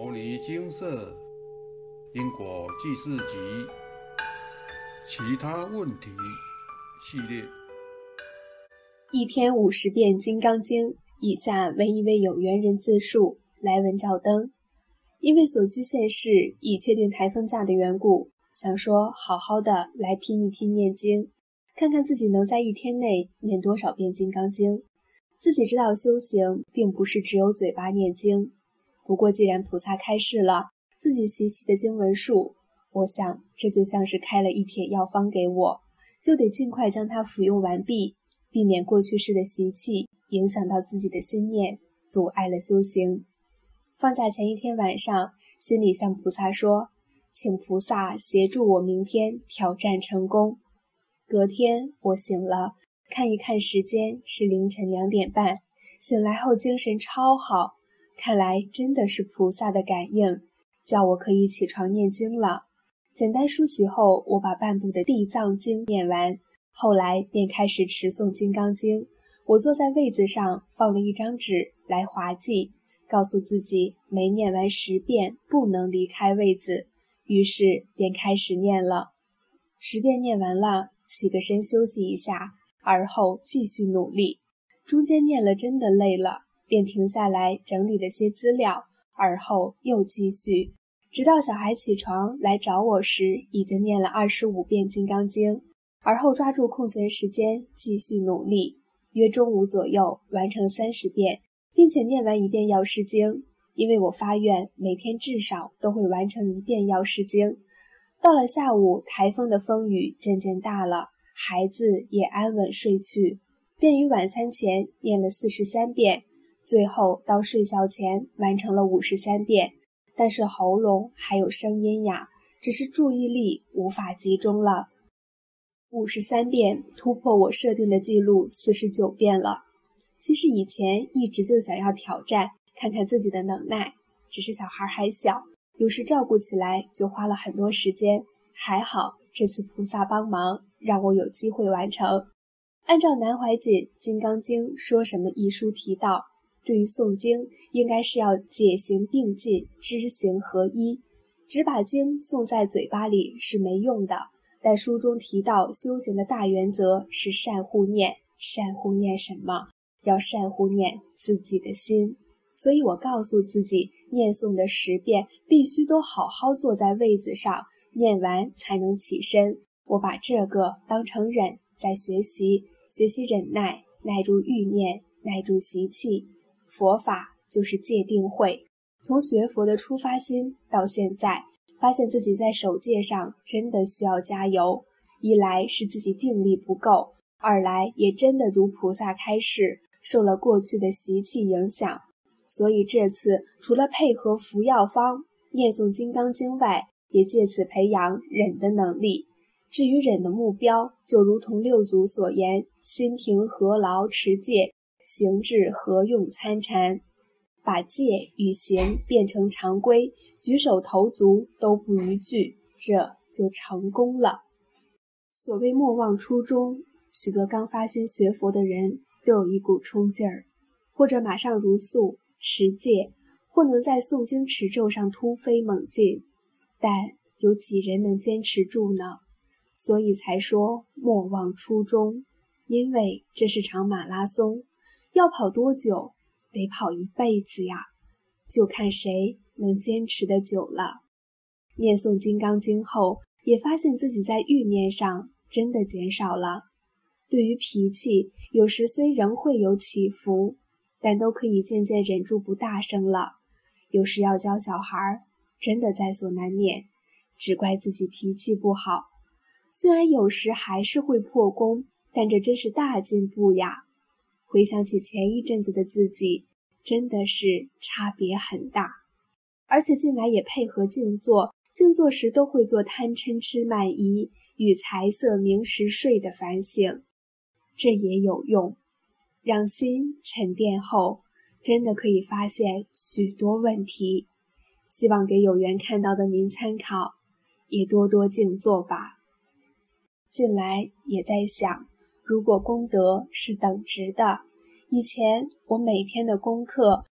牟尼精舍因果记事集其他问题系列， 一天50遍金刚经。以下为一位有缘人自述。来文照灯。因为所居县市已确定台风假的缘故，想说好好的来拼一拼念经，看看自己能在一天内念多少遍金刚经。自己知道修行并不是只有嘴巴念经，不过既然菩萨开示了自己习气的经文数，我想这就像是开了一帖药方给我，就得尽快将它服用完毕，避免过去式的习气影响到自己的心念，阻碍了修行。放假前一天晚上，心里向菩萨说，请菩萨协助我明天挑战成功。隔天我醒了，看一看时间是凌晨2点半，醒来后精神超好，看来真的是菩萨的感应，叫我可以起床念经了。简单梳洗后，我把半部的地藏经念完，后来便开始持诵金刚经。我坐在位子上，放了一张纸来划记，告诉自己每念完10遍不能离开位子，于是便开始念了。10遍念完了，起个身休息一下，而后继续努力。中间念了真的累了，便停下来整理了些资料，而后又继续，直到小孩起床来找我时，已经念了25遍金刚经，而后抓住空闲时间继续努力，约中午左右完成30遍，并且念完1遍药师经，因为我发愿每天至少都会完成1遍药师经。到了下午，台风的风雨渐渐大了，孩子也安稳睡去，便于晚餐前念了43遍，最后到睡觉前完成了53遍，但是喉咙还有声音哑，只是注意力无法集中了。53遍突破我设定的记录49遍了。其实以前一直就想要挑战，看看自己的能耐，只是小孩还小，有时照顾起来就花了很多时间，还好这次菩萨帮忙，让我有机会完成。按照南怀瑾金刚经说什么一书提到，对于诵经应该是要解行并进，知行合一，只把经诵在嘴巴里是没用的，但书中提到修行的大原则是善护念。善护念什么？要善护念自己的心。所以我告诉自己，念诵的10遍必须都好好坐在位子上，念完才能起身。我把这个当成忍，在学习忍耐，耐住欲念，耐住习气。佛法就是戒定慧。从学佛的出发心到现在，发现自己在守戒上真的需要加油。一来是自己定力不够，二来也真的如菩萨开示，受了过去的习气影响。所以这次除了配合服药方念诵金刚经外，也借此培养忍的能力。至于忍的目标，就如同六祖所言，心平和劳持戒，行智合用参禅，把戒与行变成常规，举手投足都不逾矩，这就成功了。所谓莫忘初衷，许多刚发心学佛的人都有一股冲劲儿，或者马上如素持戒，或能在诵经持咒上突飞猛进，但有几人能坚持住呢？所以才说莫忘初衷，因为这是场马拉松，要跑多久？得跑一辈子呀，就看谁能坚持得久了。念诵金刚经后，也发现自己在欲念上真的减少了。对于脾气，有时虽仍会有起伏，但都可以渐渐忍住不大声了。有时要教小孩，真的在所难免，只怪自己脾气不好。虽然有时还是会破功，但这真是大进步呀。回想起前一阵子的自己，真的是差别很大。而且近来也配合静坐时都会做贪嗔痴慢疑与财色名食睡的反省，这也有用，让心沉淀后，真的可以发现许多问题。希望给有缘看到的您参考，也多多静坐吧。近来也在想，如果功德是等值的，以前我每天的功课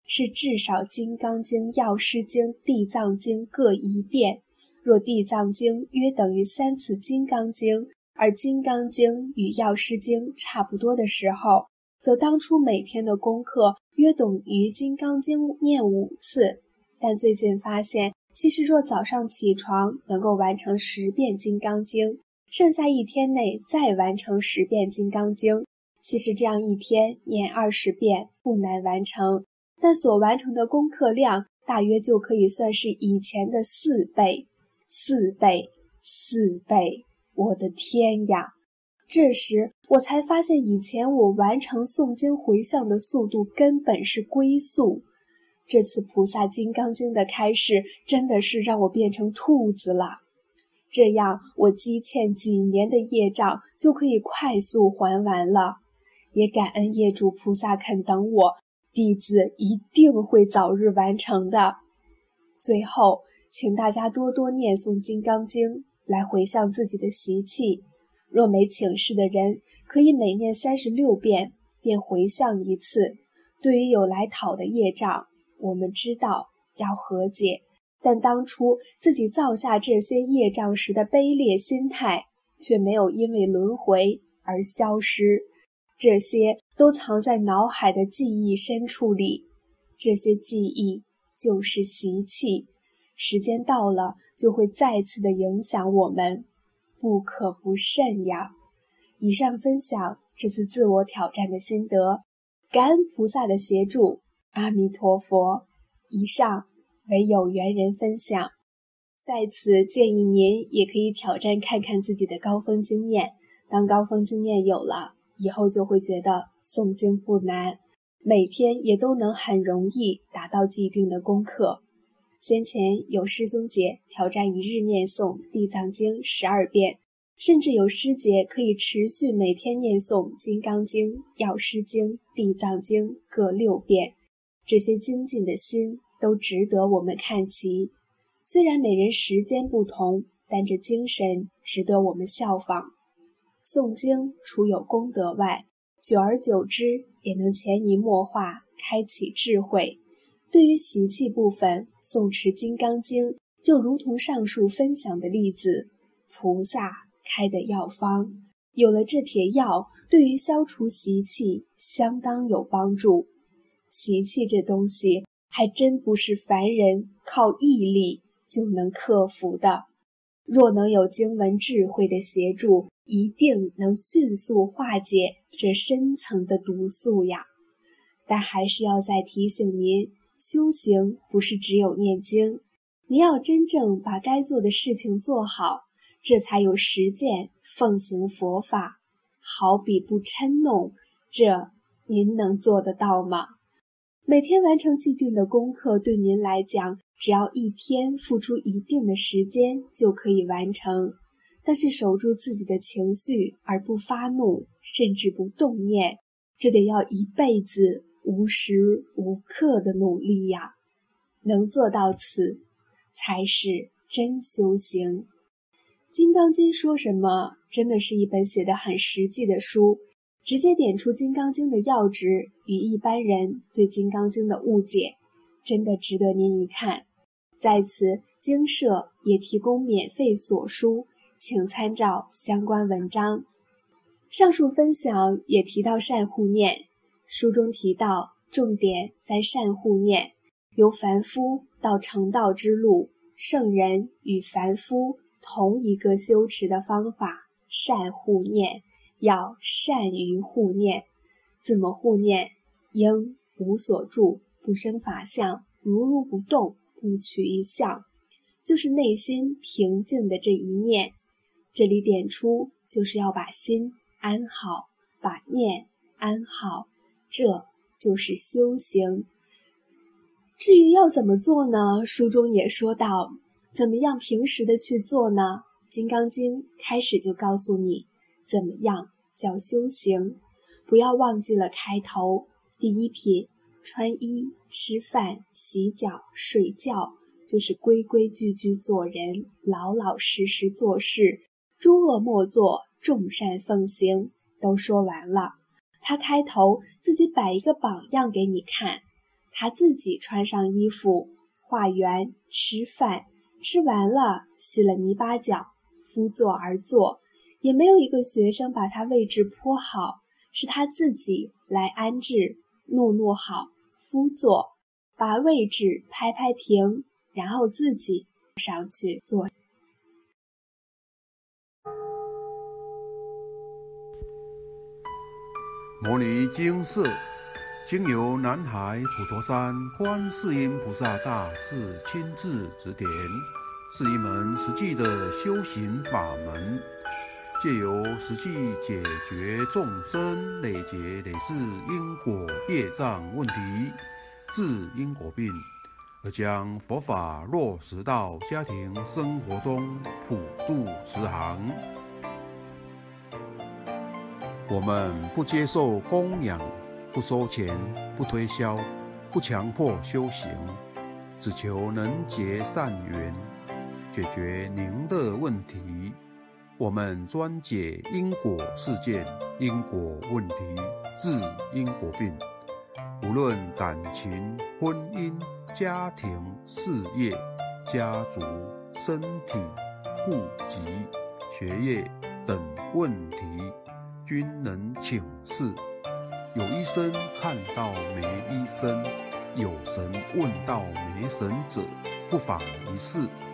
是至少《金刚经》《药师经》《地藏经》各1遍。若《地藏经》约等于3次《金刚经》，而《金刚经》与《药师经》差不多的时候，则当初每天的功课约等于《金刚经》念5次。但最近发现，其实若早上起床能够完成10遍《金刚经》，剩下1天内再完成10遍《金刚经》，其实这样1天念20遍不难完成，但所完成的功课量大约就可以算是以前的4倍。4倍，4倍，我的天呀！这时我才发现，以前我完成诵经回向的速度根本是龟速。这次菩萨金刚经的开示真的是让我变成兔子了。这样我积欠几年的业障就可以快速还完了。也感恩业主菩萨肯等我，弟子一定会早日完成的。最后请大家多多念诵金刚经来回向自己的习气。若没请示的人，可以每念36遍便回向1次。对于有来讨的业障，我们知道要和解，但当初自己造下这些业障时的卑劣心态，却没有因为轮回而消失，这些都藏在脑海的记忆深处里。这些记忆就是习气，时间到了就会再次的影响我们，不可不慎呀。以上分享这次自我挑战的心得，感恩菩萨的协助，阿弥陀佛。以上为有缘人分享，在此建议您也可以挑战看看自己的高峰经验。当高峰经验有了，以后就会觉得诵经不难，每天也都能很容易达到既定的功课。先前有师兄姐挑战1日念诵地藏经12遍，甚至有师姐可以持续每天念诵金刚经、药师经、地藏经各6遍。这些精进的心都值得我们看齐。虽然每人时间不同，但这精神值得我们效仿。诵经除有功德外，久而久之也能潜移默化，开启智慧。对于习气部分，诵持金刚经就如同上述分享的例子，菩萨开的药方，有了这帖药，对于消除习气相当有帮助。习气这东西还真不是凡人靠毅力就能克服的，若能有经文智慧的协助，一定能迅速化解这深层的毒素呀。但还是要再提醒您，修行不是只有念经，您要真正把该做的事情做好，这才有实践奉行佛法。好比不嗔弄，这您能做得到吗？每天完成既定的功课，对您来讲，只要1天付出一定的时间就可以完成。但是守住自己的情绪而不发怒，甚至不动念，这得要一辈子无时无刻的努力呀。能做到此，才是真修行。金刚经说什么？真的是一本写得很实际的书，直接点出金刚经的要旨与一般人对金刚经的误解，真的值得您一看。在此，经社也提供免费索书，请参照相关文章。上述分享也提到善护念，书中提到重点在善护念，由凡夫到成道之路，圣人与凡夫同一个修持的方法，善护念，要善于护念。怎么护念？应无所住，不生法相，如不动，不取一相，就是内心平静的这一念。这里点出，就是要把心安好，把念安好，这就是修行。至于要怎么做呢？书中也说到，怎么样平时的去做呢？金刚经开始就告诉你，怎么样叫修行。不要忘记了开头，第一品，穿衣、吃饭、洗脚、睡觉，就是规规矩矩做人，老老实实做事，诸恶莫作，众善奉行，都说完了。他开头自己摆一个榜样给你看， 他自己穿上衣服，化缘，吃饭，吃完了洗了泥巴脚，敷座而坐，也没有一个学生把他位置铺好，是他自己来安置，弄好，敷座，把位置拍平，然后自己上去坐。 摩尼精舍经由南海普陀山观世音菩萨大士亲自指点，是一门实际的修行法门，借由实际解决众生累劫累世因果业障问题，治因果病，而将佛法落实到家庭生活中，普度慈航。我们不接受供养，不收钱，不推销，不强迫修行，只求能结善缘，解决您的问题。我们专解因果事件、因果问题，治因果病。无论感情、婚姻、家庭、事业、家族、身体、户籍、学业等问题，均能请示。有医生看到没医生，有神问到没神者，不妨一试。